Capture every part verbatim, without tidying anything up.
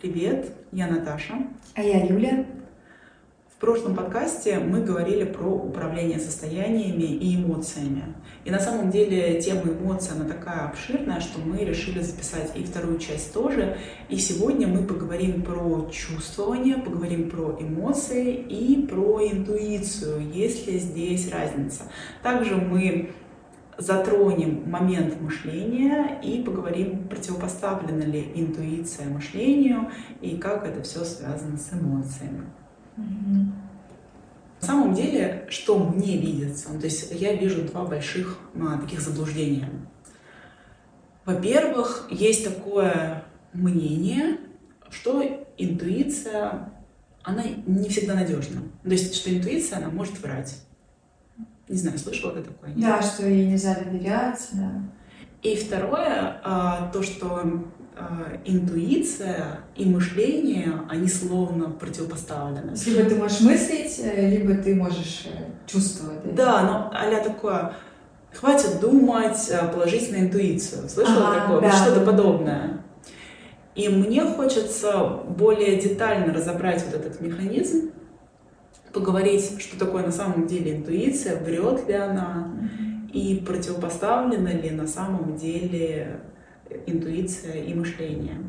Привет, я Наташа. А я Юля. В прошлом подкасте мы говорили про управление состояниями и эмоциями. И на самом деле тема эмоций, она такая обширная, что мы решили записать и вторую часть тоже. И сегодня мы поговорим про чувствование, поговорим про эмоции и про интуицию, есть ли здесь разница. Также мы затронем момент мышления и поговорим, противопоставлена ли интуиция мышлению и как это все связано с эмоциями. Mm-hmm. На самом деле, что мне видится, то есть я вижу два больших а, таких заблуждения. Во-первых, есть такое мнение, что интуиция, она не всегда надежна. То есть, что интуиция, она может врать. Не знаю, слышала ты такое? Нет? Да, что ей нельзя доверять, да. И второе, то, что интуиция и мышление, они словно противопоставлены. Либо ты можешь мыслить, либо ты можешь чувствовать. Да, но а-ля такое, хватит думать, положить на интуицию. Слышала ага, такое? Да. Вот что-то подобное. И мне хочется более детально разобрать вот этот механизм, поговорить, что такое на самом деле интуиция, врет ли она, mm-hmm. и противопоставлена ли на самом деле интуиция и мышление.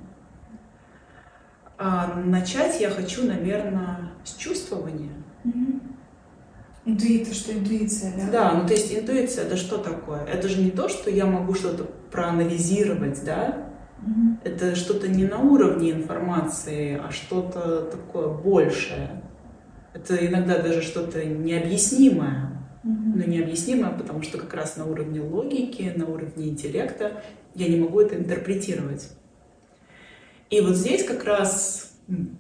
А начать я хочу, наверное, с чувствования. Mm-hmm. Интуиция, что интуиция, да? Да, ну то есть интуиция — это что такое? Это же не то, что я могу что-то проанализировать, да? Mm-hmm. Это что-то не на уровне информации, а что-то такое большее. Это иногда даже что-то необъяснимое. Mm-hmm. Но необъяснимое, потому что как раз на уровне логики, на уровне интеллекта я не могу это интерпретировать. И вот здесь как раз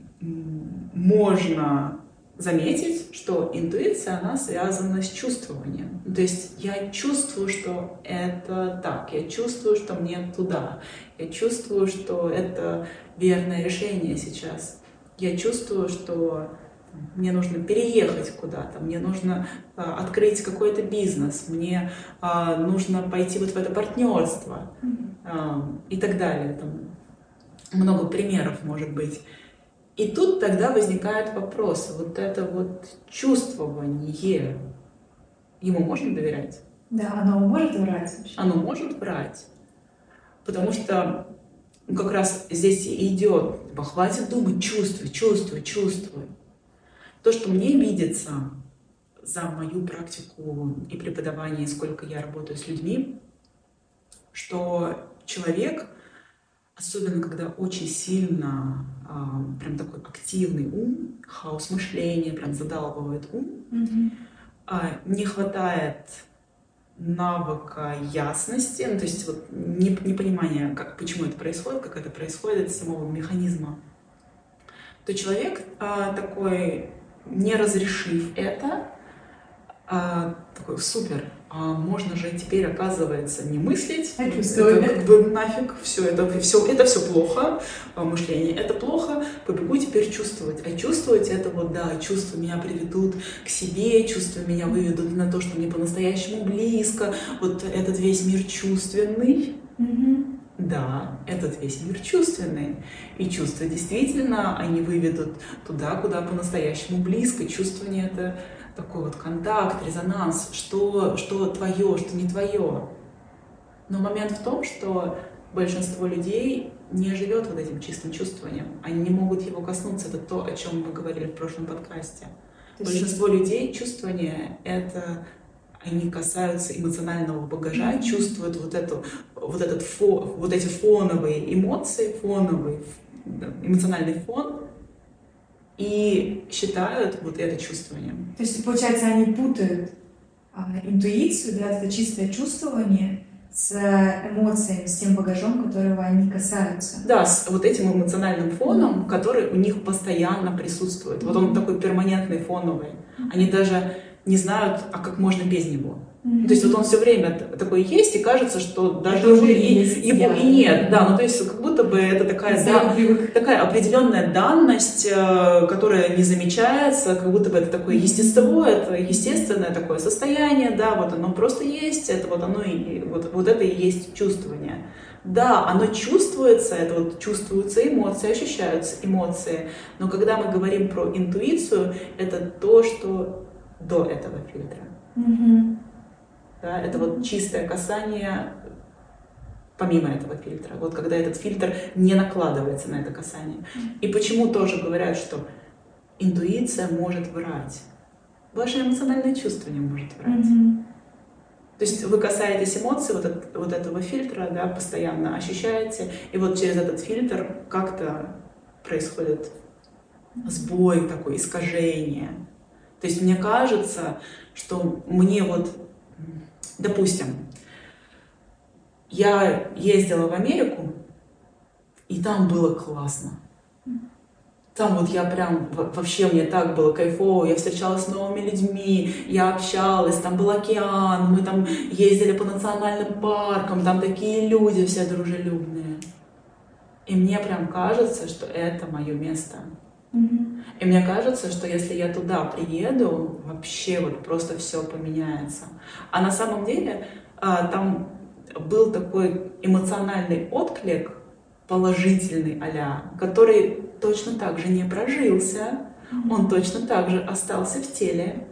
можно заметить, что интуиция, она связана с чувствованием. То есть я чувствую, что это так, я чувствую, что мне туда, я чувствую, что это верное решение сейчас, я чувствую, что мне нужно переехать куда-то, мне нужно а, открыть какой-то бизнес, мне а, нужно пойти вот в это партнерство mm-hmm. а, и так далее. Там много примеров может быть. И тут тогда возникает вопрос, вот это вот чувствование, ему можно доверять? Да, оно может врать вообще? Оно может врать, потому что ну, как раз здесь идет, хватит думать, чувствуй, чувствуй, чувствуй. То, что мне видится за мою практику и преподавание, сколько я работаю с людьми, что человек, особенно когда очень сильно, а, прям такой активный ум, хаос мышления, прям задалбывает ум, mm-hmm. а, не хватает навыка ясности, ну, то есть вот, непонимания, как, почему это происходит, как это происходит, самого механизма, то человек а, такой... не разрешив это, а, такой супер, а можно же теперь, оказывается, не мыслить, а это как бы нафиг, все это, все, это все плохо, мышление это плохо, побегу теперь чувствовать. А чувствовать это вот, да, чувства меня приведут к себе, чувства меня выведут на то, что мне по-настоящему близко, вот этот весь мир чувственный. Mm-hmm. Да, этот весь мир чувственный. И чувства действительно, они выведут туда, куда по-настоящему близко. Чувствование — это такой вот контакт, резонанс, что, что твое, что не твое. Но момент в том, что большинство людей не живет вот этим чистым чувствованием. Они не могут его коснуться. Это то, о чем мы говорили в прошлом подкасте. Большинство людей чувствование — это... они касаются эмоционального багажа, mm-hmm. чувствуют вот, эту, вот, этот фо, вот эти фоновые эмоции, фоновый эмоциональный фон и считают вот это чувствованием. То есть, получается, они путают а, интуицию, да, это чистое чувствование, с эмоциями, с тем багажом, которого они касаются. Да, с вот этим эмоциональным фоном, mm-hmm. который у них постоянно присутствует. Mm-hmm. Вот он такой перманентный, фоновый. Mm-hmm. Они даже... не знают, а как можно без него. Mm-hmm. То есть вот он все время такой есть, и кажется, что даже его, и, и, его и нет. Да, ну то есть как будто бы это такая, да, такая определенная данность, которая не замечается, как будто бы это такое естество, это естественное такое состояние, да, вот оно просто есть, это вот оно и вот, вот это и есть чувствование. Да, оно чувствуется, это вот чувствуются эмоции, ощущаются эмоции, но когда мы говорим про интуицию, это то, что до этого фильтра. Mm-hmm. Да, это вот чистое касание помимо этого фильтра. Вот когда этот фильтр не накладывается на это касание. И почему тоже говорят, что интуиция может врать. Ваше эмоциональное чувство не может врать. Mm-hmm. То есть вы касаетесь эмоций вот, от, вот этого фильтра, да, постоянно ощущаете, и вот через этот фильтр как-то происходит сбой такой, искажение. То есть мне кажется, что мне вот, допустим, я ездила в Америку, и там было классно. Там вот я прям, вообще мне так было кайфово, я встречалась с новыми людьми, я общалась, там был океан, мы там ездили по национальным паркам, там такие люди все дружелюбные. И мне прям кажется, что это мое место. Mm-hmm. И мне кажется, что если я туда приеду, вообще вот просто все поменяется. А на самом деле там был такой эмоциональный отклик, положительный а-ля, который точно так же не прожился, он точно так же остался в теле,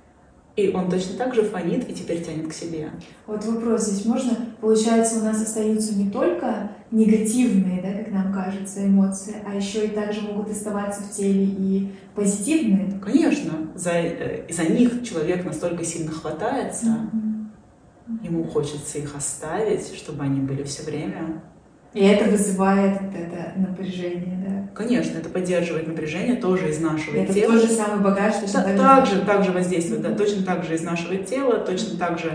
и он точно так же фонит и теперь тянет к себе. Вот вопрос здесь можно? Получается, у нас остаются не только негативные, да, как нам кажется, эмоции, а еще и также могут оставаться в теле и позитивные? Конечно. За, за них человек настолько сильно хватается, mm-hmm. ему хочется их оставить, чтобы они были все время. И это вызывает вот это напряжение, да? Конечно, это поддерживает напряжение, тоже изнашивает это тело. Это тот же самый багаж, точно да, так, так же. Так же воздействует, да, точно так же изнашивает тело, точно так же.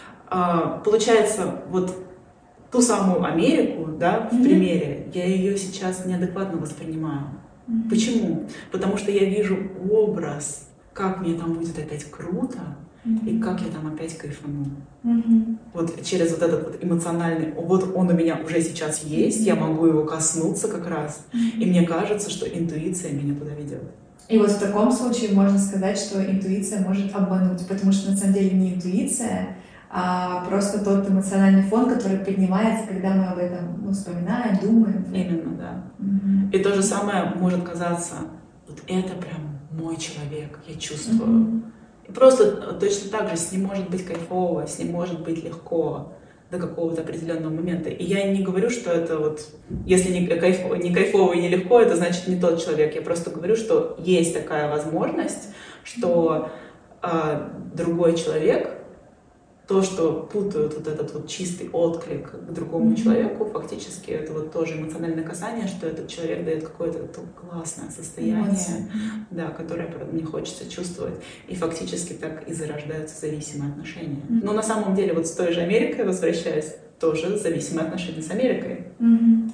А, получается, вот ту самую Америку, да, в mm-hmm. примере, я ее сейчас неадекватно воспринимаю. Mm-hmm. Почему? Потому что я вижу образ, как мне там будет опять круто, mm-hmm. и как я там опять кайфану. Mm-hmm. Вот через вот этот вот эмоциональный, вот он у меня уже сейчас есть, mm-hmm. я могу его коснуться как раз, mm-hmm. и мне кажется, что интуиция меня туда ведет. И вот в таком случае можно сказать, что интуиция может обмануть, потому что на самом деле не интуиция, а просто тот эмоциональный фон, который поднимается, когда мы об этом ну, вспоминаем, думаем. Именно, да. Mm-hmm. И то же самое может казаться, вот это прям мой человек, я чувствую. Mm-hmm. И просто точно так же с ним может быть кайфово, с ним может быть легко до какого-то определенного момента. И я не говорю, что это вот, если не кайфово, не кайфово и не легко, это значит не тот человек. Я просто говорю, что есть такая возможность, что э, другой человек, то, что путают вот этот вот чистый отклик к другому mm-hmm. человеку, фактически это вот тоже эмоциональное касание, что этот человек дает какое-то классное состояние, mm-hmm. да, которое мне хочется чувствовать. И фактически так и зарождаются зависимые отношения. Mm-hmm. Но на самом деле вот с той же Америкой, возвращаясь, тоже зависимые отношения с Америкой. Mm-hmm.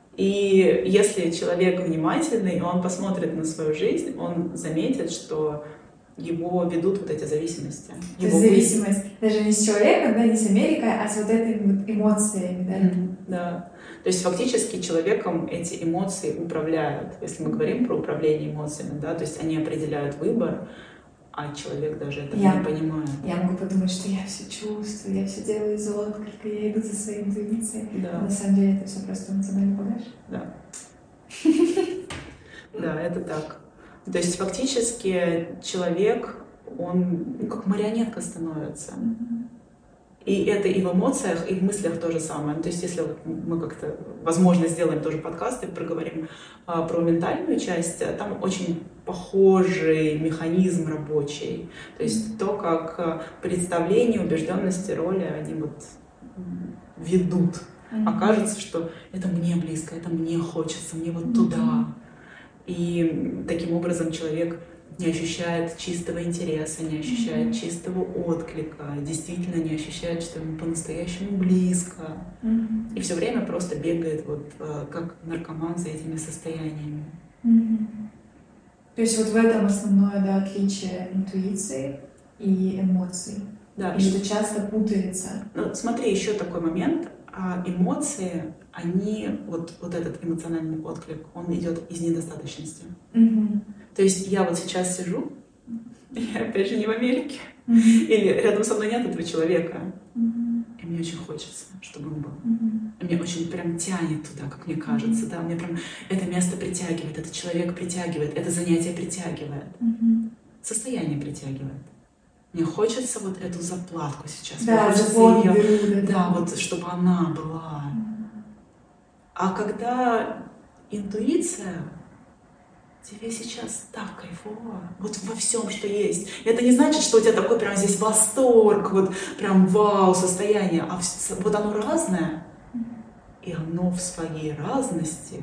И если человек внимательный, он посмотрит на свою жизнь, он заметит, что его ведут вот эти зависимости. То есть зависимость даже не с человеком, да, не с Америкой, а с вот этими вот эмоциями, да? Mm-hmm. Да. То есть фактически человеком эти эмоции управляют. Если мы говорим про управление эмоциями, да, то есть они определяют выбор, а человек даже этого я, не понимает. Я могу подумать, что я все чувствую, я все делаю из отклика, я иду за своей интуицией. Да. На самом деле это все просто эмоциональный багаж. Да. Да, это так. То есть фактически человек, он ну, как марионетка становится. Mm-hmm. И это и в эмоциях, и в мыслях то же самое. То есть если вот мы как-то, возможно, сделаем тоже подкаст и проговорим а, про ментальную часть, там очень похожий механизм рабочий. То есть mm-hmm. то, как представления, убежденности, роли, они вот ведут. Mm-hmm. А кажется, что это мне близко, это мне хочется, мне вот mm-hmm. туда. И таким образом человек не ощущает чистого интереса, не ощущает mm-hmm. чистого отклика, действительно не ощущает, что ему по-настоящему близко. Mm-hmm. И все время просто бегает вот как наркоман за этими состояниями. Mm-hmm. То есть вот в этом основное, да, отличие интуиции и эмоций. Да. И что часто путается. Ну, смотри, еще такой момент. Эмоции, они, вот, вот этот эмоциональный отклик, он идет из недостаточности. Угу. То есть я вот сейчас сижу, я опять же не в Америке, угу. или рядом со мной нет этого человека, угу. и мне очень хочется, чтобы он был. Угу. И мне очень прям тянет туда, как мне кажется, угу. да, мне прям это место притягивает, этот человек притягивает, это занятие притягивает, угу. состояние притягивает. Мне хочется вот эту заплатку сейчас. Да, ее, беру, да, да, вот чтобы она была. Mm-hmm. А когда интуиция, тебе сейчас так кайфово, вот во всем, что есть. И это не значит, что у тебя такой прям здесь восторг, вот прям вау состояние, а вот оно разное, mm-hmm. и оно в своей разности.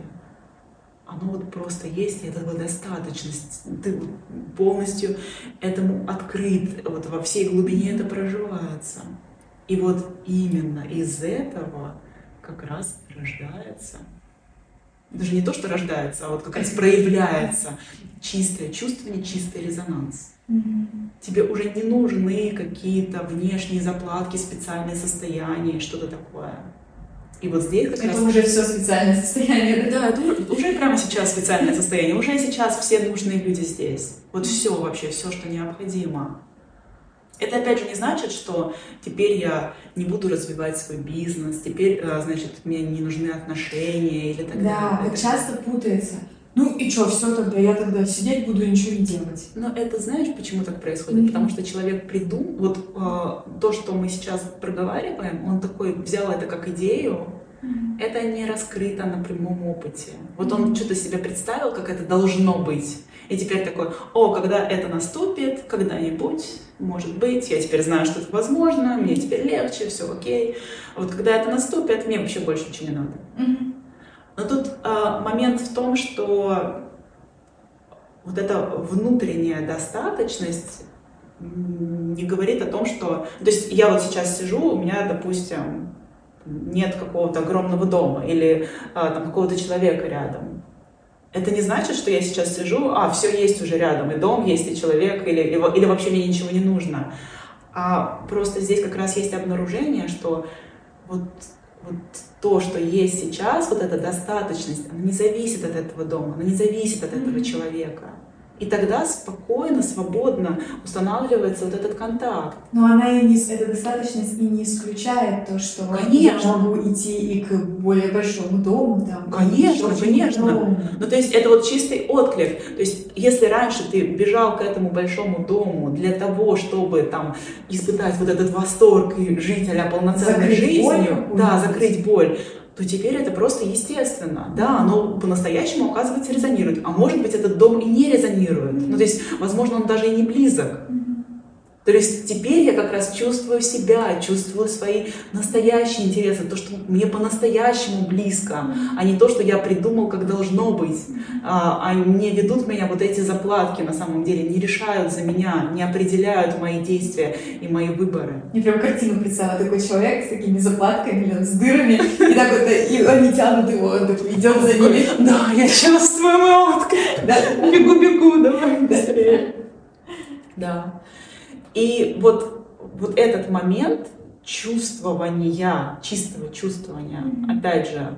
Оно вот просто есть, и этого достаточность. Ты полностью этому открыт, вот во всей глубине это проживается. И вот именно из этого как раз рождается, даже не то, что рождается, а вот как раз проявляется чистое чувствование, чистый резонанс. Mm-hmm. Тебе уже не нужны какие-то внешние заплатки, специальные состояния, что-то такое. И вот здесь как это раз... уже все специальное состояние. Да, это уже, уже прямо сейчас специальное состояние. Уже сейчас все нужные люди здесь. Вот все вообще, все, что необходимо. Это опять же не значит, что теперь я не буду развивать свой бизнес, теперь, значит, мне не нужны отношения или так далее. Да, вот часто путается. Ну и что, все тогда, я тогда сидеть буду и ничего не делать. Но это знаешь, почему так происходит? Mm-hmm. Потому что человек придумал, вот э, то, что мы сейчас проговариваем, он такой взял это как идею, mm-hmm. это не раскрыто на прямом опыте. Вот mm-hmm. он что-то себе представил, как это должно быть. И теперь такой, о, когда это наступит, когда-нибудь, может быть, я теперь знаю, что это возможно, мне теперь легче, все окей. А вот когда это наступит, мне вообще больше ничего не надо. Mm-hmm. Но тут э, момент в том, что вот эта внутренняя достаточность не говорит о том, что... То есть я вот сейчас сижу, у меня, допустим, нет какого-то огромного дома или э, там, какого-то человека рядом. Это не значит, что я сейчас сижу, а все есть уже рядом, и дом есть, и человек, или, или, или вообще мне ничего не нужно. А просто здесь как раз есть обнаружение, что вот... вот то, что есть сейчас, вот эта достаточность, она не зависит от этого дома, она не зависит от этого mm-hmm. человека. И тогда спокойно, свободно устанавливается вот этот контакт. Но она и не, эта достаточность и не исключает то, что конечно. Я могу идти и к более большому дому. Там, конечно, конечно. Дому. Ну, то есть это вот чистый отклик. То есть если раньше ты бежал к этому большому дому для того, чтобы там испытать вот этот восторг и жить а-ля полноценной закрыть жизнью, боль, да, закрыть боль, то теперь это просто естественно. Да, оно по-настоящему, оказывается, резонирует. А может быть, этот дом и не резонирует. Mm-hmm. Ну, то есть, возможно, он даже и не близок. Mm-hmm. То есть теперь я как раз чувствую себя, чувствую свои настоящие интересы, то, что мне по-настоящему близко, mm-hmm. а не то, что я придумал, как должно быть. Mm-hmm. А, а не ведут меня вот эти заплатки, на самом деле, не решают за меня, не определяют мои действия и мои выборы. Я прям картину представила, такой человек с такими заплатками, с дырами, и так вот, и они тянут его, он такой идет за ними. Да, я чувствую мой отклик. Бегу-бегу, давай быстрее. Да. И вот, вот этот момент чувствования, чистого чувствования, mm-hmm. опять же,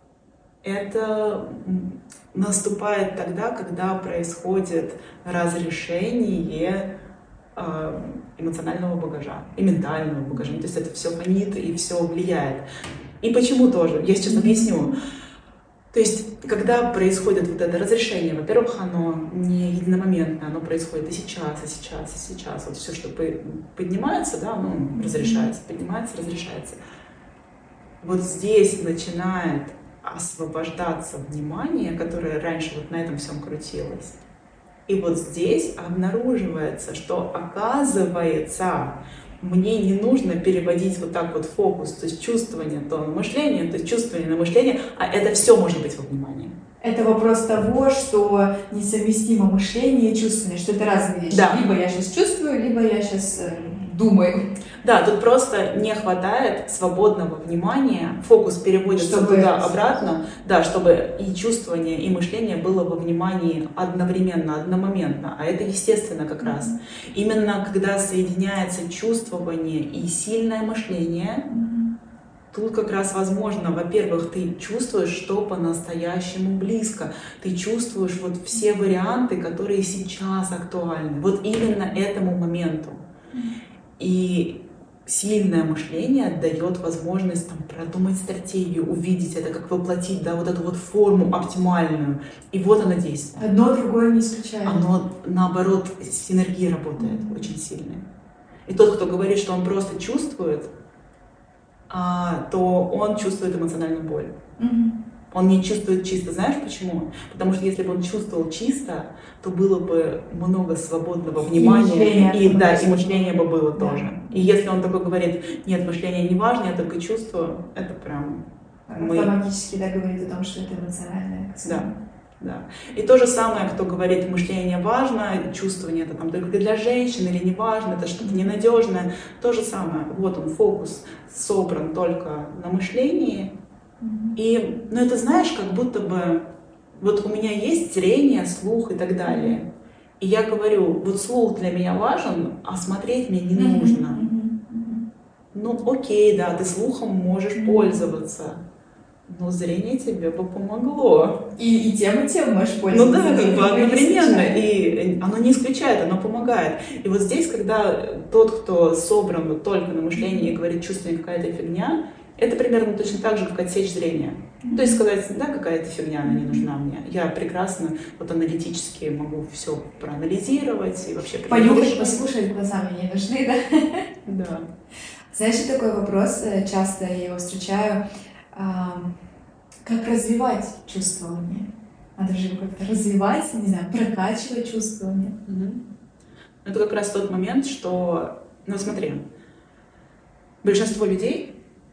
это наступает тогда, когда происходит разрешение э, эмоционального багажа и ментального багажа. То есть это все фонит и все влияет. И почему тоже? Я сейчас объясню. То есть, когда происходит вот это разрешение, во-первых, оно не единомоментно, оно происходит и сейчас, и сейчас, и сейчас. Вот все, что поднимается, да, оно разрешается, поднимается, разрешается. Вот здесь начинает освобождаться внимание, которое раньше вот на этом всем крутилось. И вот здесь обнаруживается, что оказывается, мне не нужно переводить вот так вот фокус, то есть чувствование, то на мышление, то есть чувствование на мышление, а это все может быть во внимании. Это вопрос того, что несовместимо мышление и чувствование, что это разные вещи. Да. Либо я сейчас чувствую, либо я сейчас думаю. Да, тут просто не хватает свободного внимания, фокус переводится Чтобы- туда-обратно, да, чтобы и чувствование, и мышление было во внимании одновременно, одномоментно, а это естественно как раз. Именно когда соединяется чувствование и сильное мышление, тут как раз возможно, во-первых, ты чувствуешь, что по-настоящему близко. Ты чувствуешь вот все варианты, которые сейчас актуальны. Вот именно этому моменту. И сильное мышление дает возможность там, продумать стратегию, увидеть это, как воплотить, да, вот эту вот форму оптимальную. И вот оно действует. Одно другое не исключает. Оно, наоборот, синергия работает очень сильная. И тот, кто говорит, что он просто чувствует, а, то он чувствует эмоциональную боль. Мгм. Он не чувствует чисто. Знаешь почему? Потому что если бы он чувствовал чисто, то было бы много свободного внимания, мышление и, да, и тоже. мышление бы было Да. тоже. И если он такой говорит, нет, мышление не важно, я только чувствую, это прям мы- Автоматически да, говорит о том, что это эмоциональное. Да. Да. И то же самое, кто говорит, мышление важно, чувствование это там только для женщин или не важно, это что-то ненадежное. То же самое. Вот он, фокус собран только на мышлении. Мгм. И, ну это знаешь, как будто бы, вот у меня есть зрение, слух и так далее. И я говорю, вот слух для меня важен, а смотреть мне не Мгм. нужно. Мгм. Мгм. Ну окей, да, ты слухом можешь Мгм. пользоваться, но зрение тебе бы помогло. И, и тем, и тем можешь Ну пользоваться. да, как бы Никакой не одновременно, исключает. и оно не исключает, оно помогает. И вот здесь, когда тот, кто собран вот только на мышлении и говорит, чувствую какая-то фигня, это примерно точно так же, как отсечь зрение. Ну, то есть сказать, да, какая-то фигня, она не нужна мне. Я прекрасно вот аналитически могу все проанализировать и вообще принять Понюхать, решение. послушать глазами не нужны, да? Да. Знаешь, и такой вопрос, э, часто я его встречаю, ам, как развивать чувствование? Надо же его как-то развивать, не знаю, прокачивать чувствование. Мгм. Это как раз тот момент, что, ну смотри, большинство людей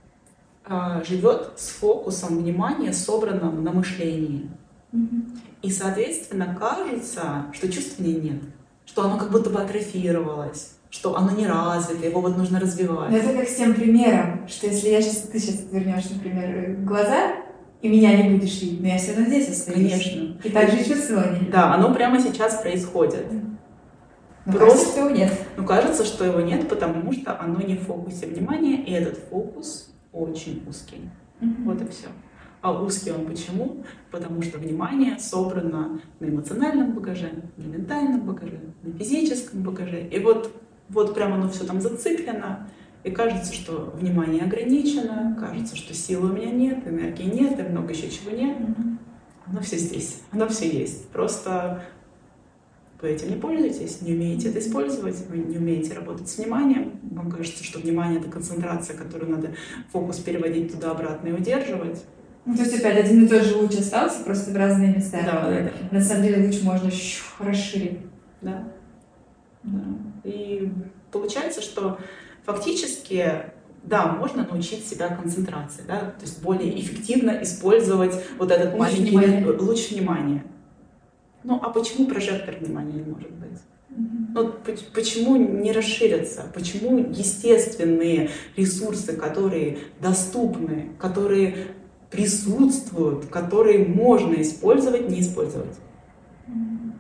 а, живет с фокусом внимания, собранным на мышлении. Мгм. И, соответственно, кажется, что чувствования нет, что оно как будто бы атрофировалось, что оно не развито, его вот нужно Но развивать. это как с тем примером, что если я сейчас, ты сейчас отвернешь, например, глаза, и меня не будешь видеть, но я все равно здесь остаюсь. Конечно. И также и чувствование. Да, оно прямо сейчас происходит. Но Просто- кажется, что его нет. Но кажется, что его нет, потому что оно не в фокусе внимания, и этот фокус очень узкий. Мгм. Вот и все. А узкий он почему? Потому что внимание собрано на эмоциональном багаже, на ментальном багаже, на физическом багаже. И вот, вот прям оно все там зациклено. И кажется, что внимание ограничено, кажется, что силы у меня нет, энергии нет, и много еще чего нет. Мгм. Оно все здесь, оно все есть. Просто вы этим не пользуетесь, не умеете это использовать, вы не умеете работать с вниманием. Вам кажется, что внимание — это концентрация, которую надо фокус переводить туда-обратно и удерживать. Ну, то есть опять один и тот же луч остался, просто в разные места. Да, да, да. На самом деле луч можно щу, расширить. Да. Да. И получается, что фактически, да, можно научить себя концентрации, да, то есть более эффективно использовать вот этот Луч маленький внимания. луч внимания. Ну, а почему прожектор внимания не может быть? Мгм. Ну, поч- почему не расшириться? Почему естественные ресурсы, которые доступны, которые присутствуют, которые можно использовать, не использовать? Мгм.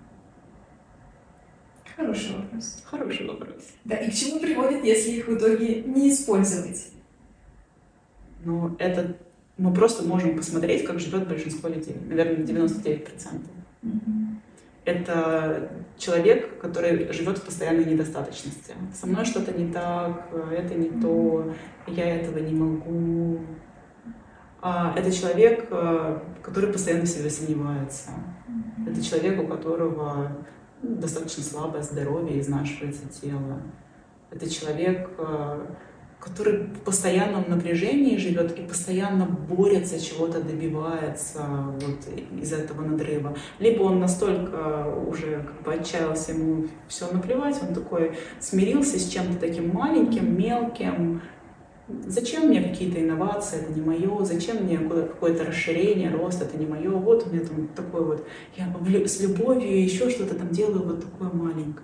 Хороший вопрос. Хороший вопрос. Да, и к чему приводит, если их в итоге не использовать? Но это мы просто можем посмотреть, как живет большинство людей. Наверное, девяносто девять процентов. Мгм. Это человек, который живет в постоянной недостаточности. Со мной что-то не так, это не то, я этого не могу. А, Это человек, э, который постоянно в себе сомневается. Это человек, у которого ну, достаточно слабое здоровье, изнашивается тело. Это человек, э, который в постоянном напряжении живет и постоянно борется, чего-то добивается вот из этого надрыва. Либо он настолько уже как бы отчаялся, ему все наплевать, он такой смирился с чем-то таким маленьким, мелким. Зачем мне какие-то инновации, это не мое, зачем мне какое-то расширение, рост, это не мое, вот у меня там такой вот, я с любовью еще что-то там делаю вот такое маленькое.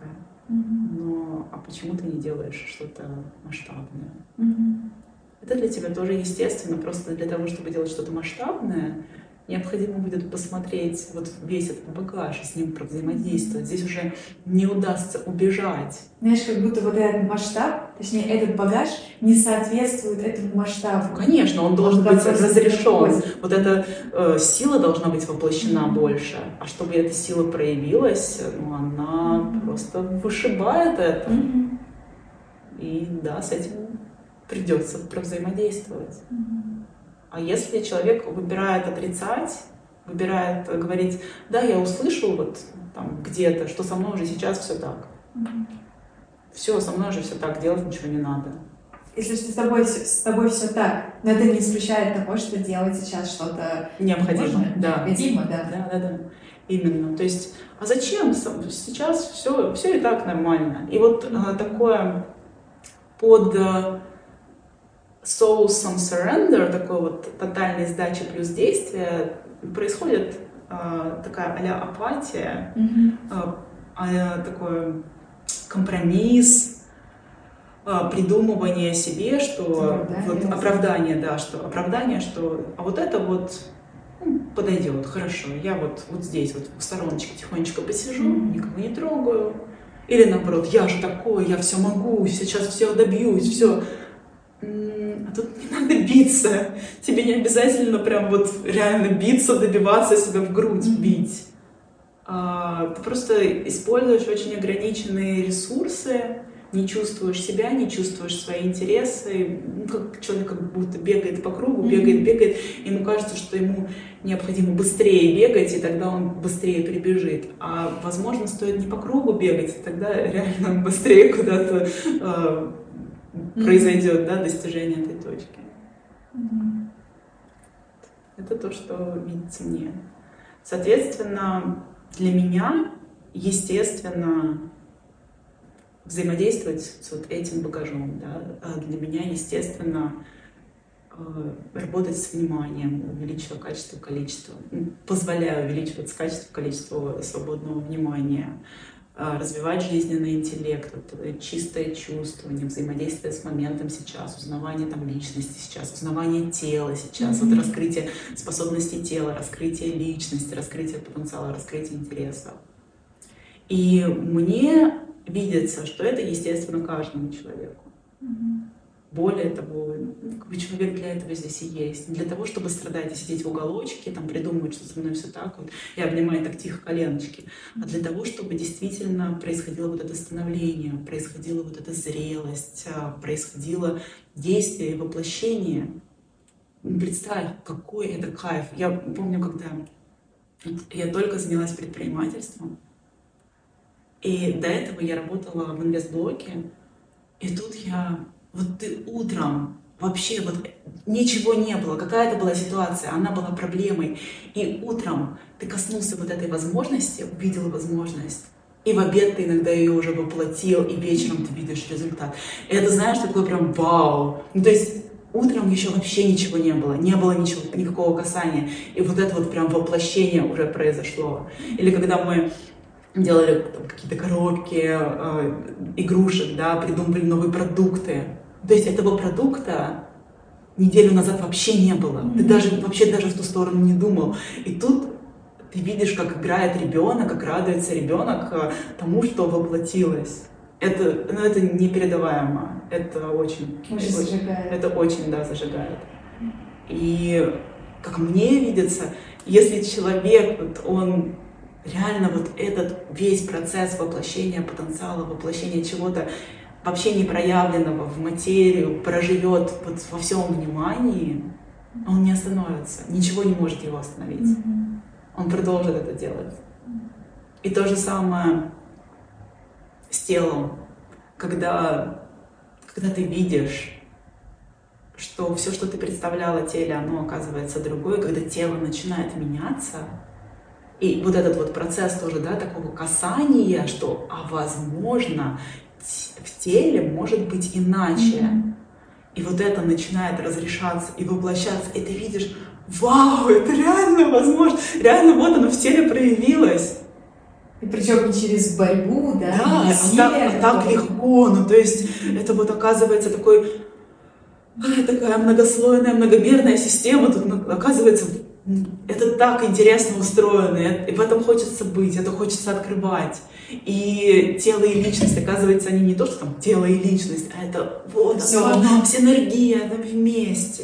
но а почему ты не делаешь что-то масштабное? Mm-hmm. Это для тебя тоже естественно, просто для того, чтобы делать что-то масштабное, необходимо будет посмотреть вот весь этот багаж и с ним провзаимодействовать. Здесь уже не удастся убежать. Знаешь, как будто вот этот масштаб, точнее, этот багаж не соответствует этому масштабу. Конечно, он должен он быть разрешен. Вот эта э, сила должна быть воплощена mm-hmm. больше. А чтобы эта сила проявилась, ну, она mm-hmm. просто вышибает это. Mm-hmm. И да, с этим придется провзаимодействовать. Mm-hmm. А если человек выбирает отрицать, выбирает говорить, да, я услышал вот там где-то, что со мной уже сейчас все так. Mm-hmm. Все, со мной уже все так, делать ничего не надо. Если с тобой, с тобой все так, но это не исключает того, что делать сейчас что-то необходимо. Да. Необходимо, да. Да, да, да. Именно. То есть, а зачем? Сейчас все, все и так нормально. И вот а, такое под соусом surrender, такой вот тотальной сдачи плюс действия, происходит а, такая а-ля апатия, mm-hmm. а, а, такой компромисс, а, придумывание себе, что оправдание, вот, оправдание, да, что оправдание, что а вот это вот ну, подойдет, хорошо, я вот, вот здесь вот в стороночке тихонечко посижу, mm-hmm. никого не трогаю, или наоборот, я же такой, я все могу, сейчас все добьюсь, все. А тут не надо биться. Тебе не обязательно прям вот реально биться, добиваться себя в грудь, бить. А, ты просто используешь очень ограниченные ресурсы, не чувствуешь себя, не чувствуешь свои интересы. Ну, как человек как будто бегает по кругу, бегает, бегает. Ему кажется, что ему необходимо быстрее бегать, и тогда он быстрее прибежит. А, возможно, стоит не по кругу бегать, и тогда реально быстрее куда-то а, Mm-hmm. произойдет, да, достижение этой точки. Mm-hmm. Это то, что видится мне. Соответственно, для меня, естественно, взаимодействовать с вот этим багажом, да, для меня, естественно, работать с вниманием, увеличивая качество, количество, позволяя увеличивать качество, количество свободного внимания, развивать жизненный интеллект, вот, чистое чувствование, взаимодействие с моментом сейчас, узнавание там, личности сейчас, узнавание тела сейчас, mm-hmm. вот, раскрытие способностей тела, раскрытие личности, раскрытие потенциала, раскрытие интересов. И мне видится, что это естественно каждому человеку. Mm-hmm. Более того, как бы человек для этого здесь и есть. Не для того, чтобы страдать и сидеть в уголочке, там, придумывать, что со мной все так вот, и обнимать так тихо коленочки, а для того, чтобы действительно происходило вот это становление, происходила вот эта зрелость, происходило действие и воплощение. Представь, какой это кайф. Я помню, когда я только занялась предпринимательством, и до этого я работала в инвестблоке, и тут я... Вот ты утром, вообще вот ничего не было, какая-то была ситуация, она была проблемой, и утром ты коснулся вот этой возможности, увидел возможность, и в обед ты иногда ее уже воплотил, и вечером ты видишь результат. И это, знаешь, такое прям вау. Ну, то есть утром еще вообще ничего не было, не было ничего, никакого касания, и вот это вот прям воплощение уже произошло. Или когда мы делали там, какие-то коробки, э, игрушек, да, придумывали новые продукты. То есть этого продукта неделю назад вообще не было. Mm-hmm. Ты даже вообще даже в ту сторону не думал. И тут ты видишь, как играет ребенок, как радуется ребенок тому, что воплотилось. Это, ну, это непередаваемо. Это очень, очень, очень это очень, да, зажигает. И как мне видится, если человек, вот, он реально вот этот весь процесс воплощения потенциала, воплощения чего-то вообще не проявленного в материю проживет вот во всем внимании, он не остановится, ничего не может его остановить. Mm-hmm. Он продолжит это делать. И то же самое с телом, когда, когда ты видишь, что все, что ты представляла о теле, оно оказывается другое, когда тело начинает меняться, и вот этот вот процесс тоже, да, такого касания, что, а возможно, в теле может быть иначе. Mm-hmm. И вот это начинает разрешаться и воплощаться, и ты видишь, вау, это реально возможно, реально вот оно в теле проявилось. И причем не через борьбу, да, да, не насилие, а так, а так легко, ну то есть это вот оказывается такой, такая многослойная, многомерная система, тут оказывается это так интересно устроено, и в этом хочется быть, это хочется открывать. И тело и личность, оказывается, они не то, что там тело и личность, а это вот все оно, синергия, это вместе.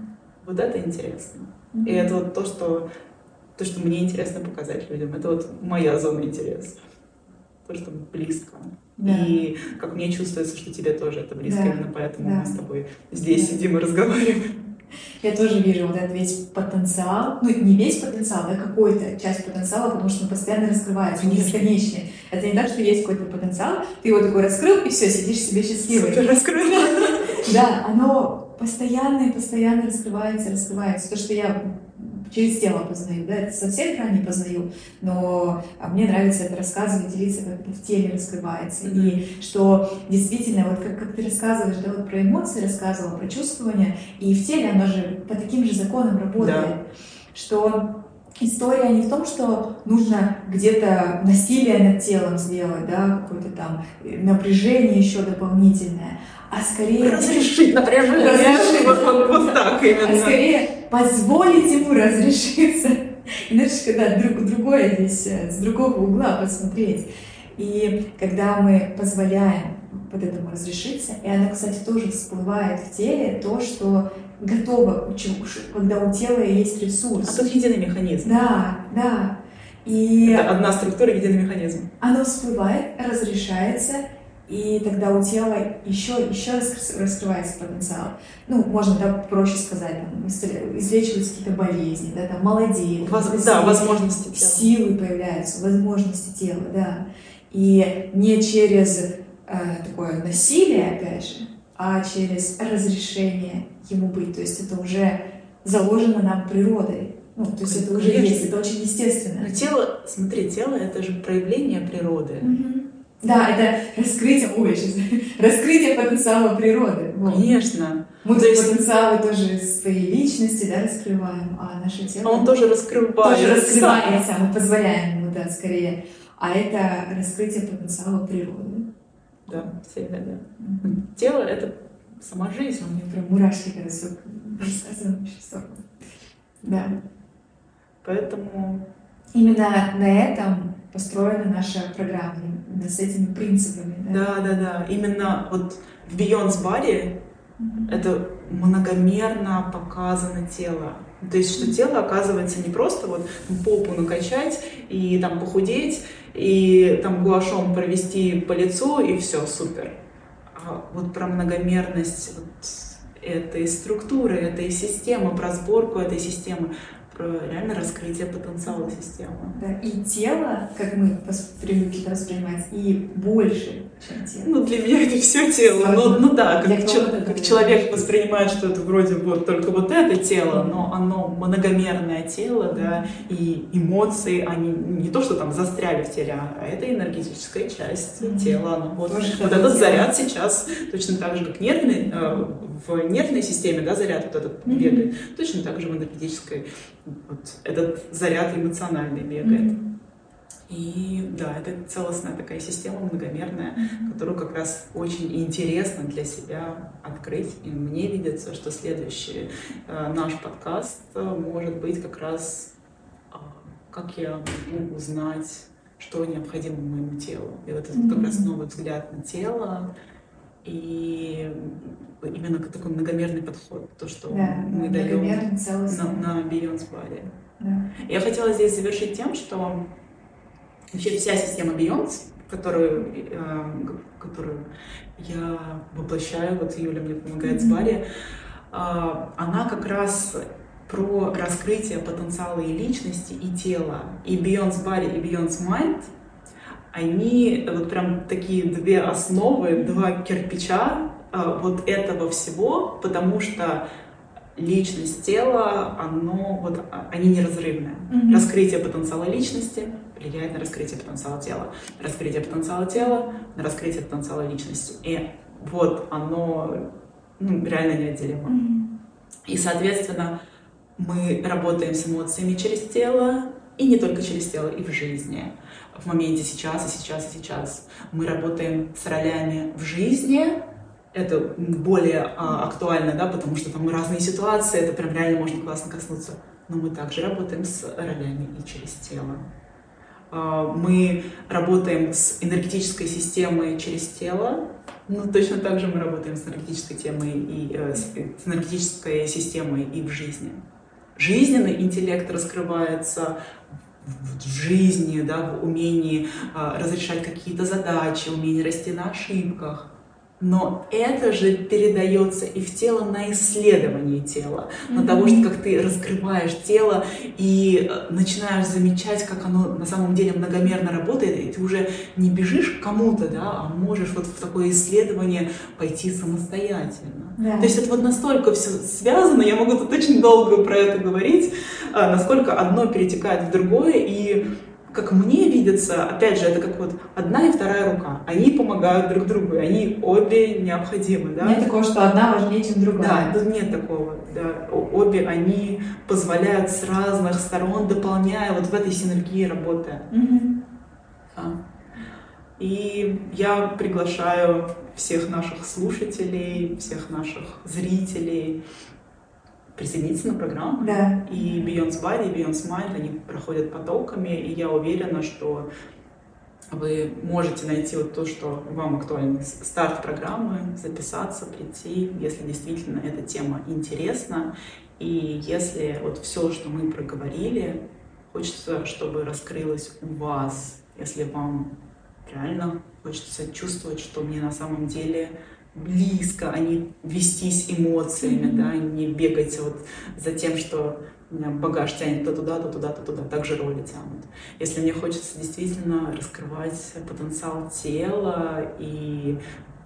Вот это интересно. И это вот то, что То, что мне интересно показать людям, это вот моя зона интереса. То, что близко. Да. И как мне чувствуется, что тебе тоже это близко, да. Именно поэтому да. мы с тобой здесь да. сидим и разговариваем. Я тоже вижу вот этот весь потенциал, ну не весь потенциал, а какую-то часть потенциала, потому что он постоянно раскрывается, он бесконечный. Это не так, что есть какой-то потенциал, ты его такой раскрыл, и все, сидишь себе счастливый. Супер раскрыл. Да, оно постоянно и постоянно раскрывается, раскрывается. То, что я через тело познаю, да, это со всех граней познаю, но мне нравится это рассказывать, делиться, как это в теле раскрывается, mm-hmm. и что действительно, вот как, как ты рассказываешь, да, вот про эмоции рассказывала, про чувствование, и в теле оно же по таким же законам работает, yeah. что история не в том, что нужно где-то насилие над телом сделать, да, какое-то там напряжение еще дополнительное, а скорее... Разрешить напряжение. Разрешить. Вот, вот, вот так именно. А скорее позволить ему разрешиться. Иначе, когда друг, другое здесь, с другого угла посмотреть. И когда мы позволяем вот этому разрешиться, и оно, кстати, тоже всплывает в теле, то, что готово, когда у тела есть ресурс. А тут единый механизм. Да, да. И это одна структура, единый механизм. Оно всплывает, разрешается, и тогда у тела еще, еще раскрывается потенциал. Ну, можно так проще сказать, там, излечиваются какие-то болезни, да, там, молодеет. Воз, да, возможности тела. Силы появляются, возможности тела, да. И не через э, такое насилие, опять же, а через разрешение ему быть. То есть это уже заложено нам природой. Ну, то есть это уже есть, это очень естественно. Но тело, смотри, тело — это же проявление природы. Mm-hmm. Да, это раскрытие, ой, сейчас, раскрытие потенциала природы. Вот. Конечно. Мы то есть потенциалы тоже своей личности, да, раскрываем, а наше тело... Он тоже раскрывается. Тоже раскрывается, мы позволяем ему, да, скорее. А это раскрытие потенциала природы. Да, всегда, да. Mm-hmm. Тело — это сама жизнь. У меня прям мурашки, когда все рассказываю. Да. Поэтому... Именно на этом построена наша программа, именно с этими принципами. Да, да, да. да. Именно вот в Beyond Body mm-hmm. это многомерно показано тело. То есть, что тело, оказывается, не просто вот попу накачать и там похудеть, и там гуашом провести по лицу, и все, супер. А вот про многомерность вот этой структуры, этой системы, про сборку этой системы, про реально раскрытие потенциала системы. Да, и тело, как мы привыкли воспринимать, и больше, чем тело. Ну, для меня это все тело. Ну, ну да, как, чел- как человек воспринимает, что это вроде вот только вот это тело, но оно многомерное тело, да, и эмоции, они не то, что там застряли в теле, а это энергетическая часть mm-hmm. тела. Оно вот вот этот заряд сейчас точно так же, как нервный, э, в нервной системе, да, заряд вот этот mm-hmm. бегает, точно так же в энергетической вот этот заряд эмоциональный бегает. Mm-hmm. И да, это целостная такая система, многомерная, mm-hmm. которую как раз очень интересно для себя открыть. И мне видится, что следующий э, наш подкаст э, может быть как раз э, как я могу узнать, что необходимо моему телу. И вот это mm-hmm. как раз новый взгляд на тело. И именно такой многомерный подход, то, что да, мы да, даем на, на Beyond Body. Да. Я хотела здесь завершить тем, что вообще вся система Beyond, которую, э, которую я воплощаю, вот Юля мне помогает mm-hmm. с Body, э, она как раз про раскрытие потенциала и личности, и тела. И Beyond Body, и Beyond Mind, они вот прям такие две основы, два кирпича э, вот этого всего, потому что личность, тело, оно, вот, они неразрывны. Mm-hmm. Раскрытие потенциала личности влияет на раскрытие потенциала тела. Раскрытие потенциала тела на раскрытие потенциала личности. И вот оно ну, реально неотделимо. Mm-hmm. И, соответственно, мы работаем с эмоциями через тело, И не только через тело, и в жизни. В моменте сейчас, и сейчас, и сейчас. Мы работаем с ролями в жизни. Это более а, актуально, да, потому что там разные ситуации, это прям реально можно классно коснуться. Но мы также работаем с ролями и через тело. А, мы работаем с энергетической системой через тело. Ну, точно так же мы работаем с энергетической темой и э, с, с энергетической системой и в жизни. Жизненный интеллект раскрывается в, в жизни, да, в умении э, разрешать какие-то задачи, умении расти на ошибках. Но это же передается и в тело на исследование тела, mm-hmm. на того, что как ты раскрываешь тело и начинаешь замечать, как оно на самом деле многомерно работает, и ты уже не бежишь к кому-то, да, а можешь вот в такое исследование пойти самостоятельно. Yeah. То есть это вот настолько все связано, я могу тут очень долго про это говорить, насколько одно перетекает в другое, и как мне видится, опять же, это как вот одна и вторая рука. Они помогают друг другу, и они обе необходимы. Да? Нет такого, что одна важнее, чем другая. Да, тут нет такого. Да. Обе они позволяют с разных сторон, дополняя, вот в этой синергии работая. Mm-hmm. Да. И я приглашаю всех наших слушателей, всех наших зрителей присоединиться на программу. Да. И Beyond Body, и Beyond Mind, они проходят потоками, и я уверена, что вы можете найти вот то, что вам актуально. Старт программы, записаться, прийти, если действительно эта тема интересна. И если вот все, что мы проговорили, хочется, чтобы раскрылось у вас. Если вам реально хочется чувствовать, что мне на самом деле близко, а не вестись эмоциями, mm-hmm. да, не бегать вот за тем, что меня багаж тянет то туда, то туда, то туда, так же роли тянут. Если мне хочется действительно раскрывать потенциал тела и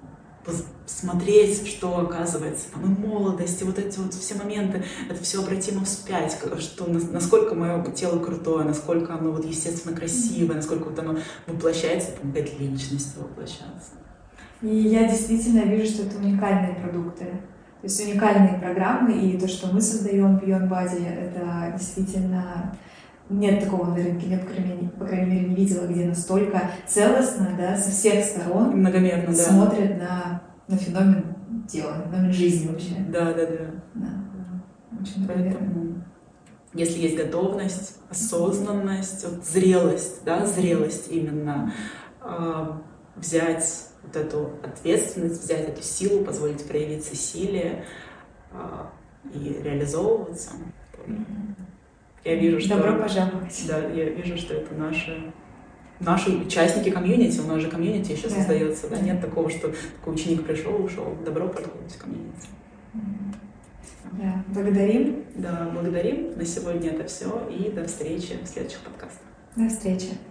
смотреть, что оказывается там и молодость, и вот эти вот все моменты, это все обратимо вспять, что насколько мое тело крутое, насколько оно вот естественно красивое, насколько вот оно воплощается, помогает личности воплощаться. И я действительно вижу, что это уникальные продукты, то есть уникальные программы, и то, что мы создаем Beyond Body, это действительно нет такого на рынке, я, по крайней, по крайней мере, не видела, где настолько целостно, да, со всех сторон многомерно, да. смотрят на, на феномен тела, на феномен жизни вообще. Да, да, да. да. Очень Поэтому, если есть готовность, осознанность, вот зрелость, да, зрелость именно, э, взять вот эту ответственность, взять эту силу, позволить проявиться силе э, и реализовываться. Mm-hmm. Я вижу, что... Добро пожаловать. Да, я вижу, что это наши, наши участники комьюнити, у нас же комьюнити еще yeah. создается, да, нет такого, что такой ученик пришел, ушел, добро пожаловать в комьюнити. Mm-hmm. Yeah. Благодарим. Да, благодарим. На сегодня это все, и до встречи в следующих подкастах. До встречи.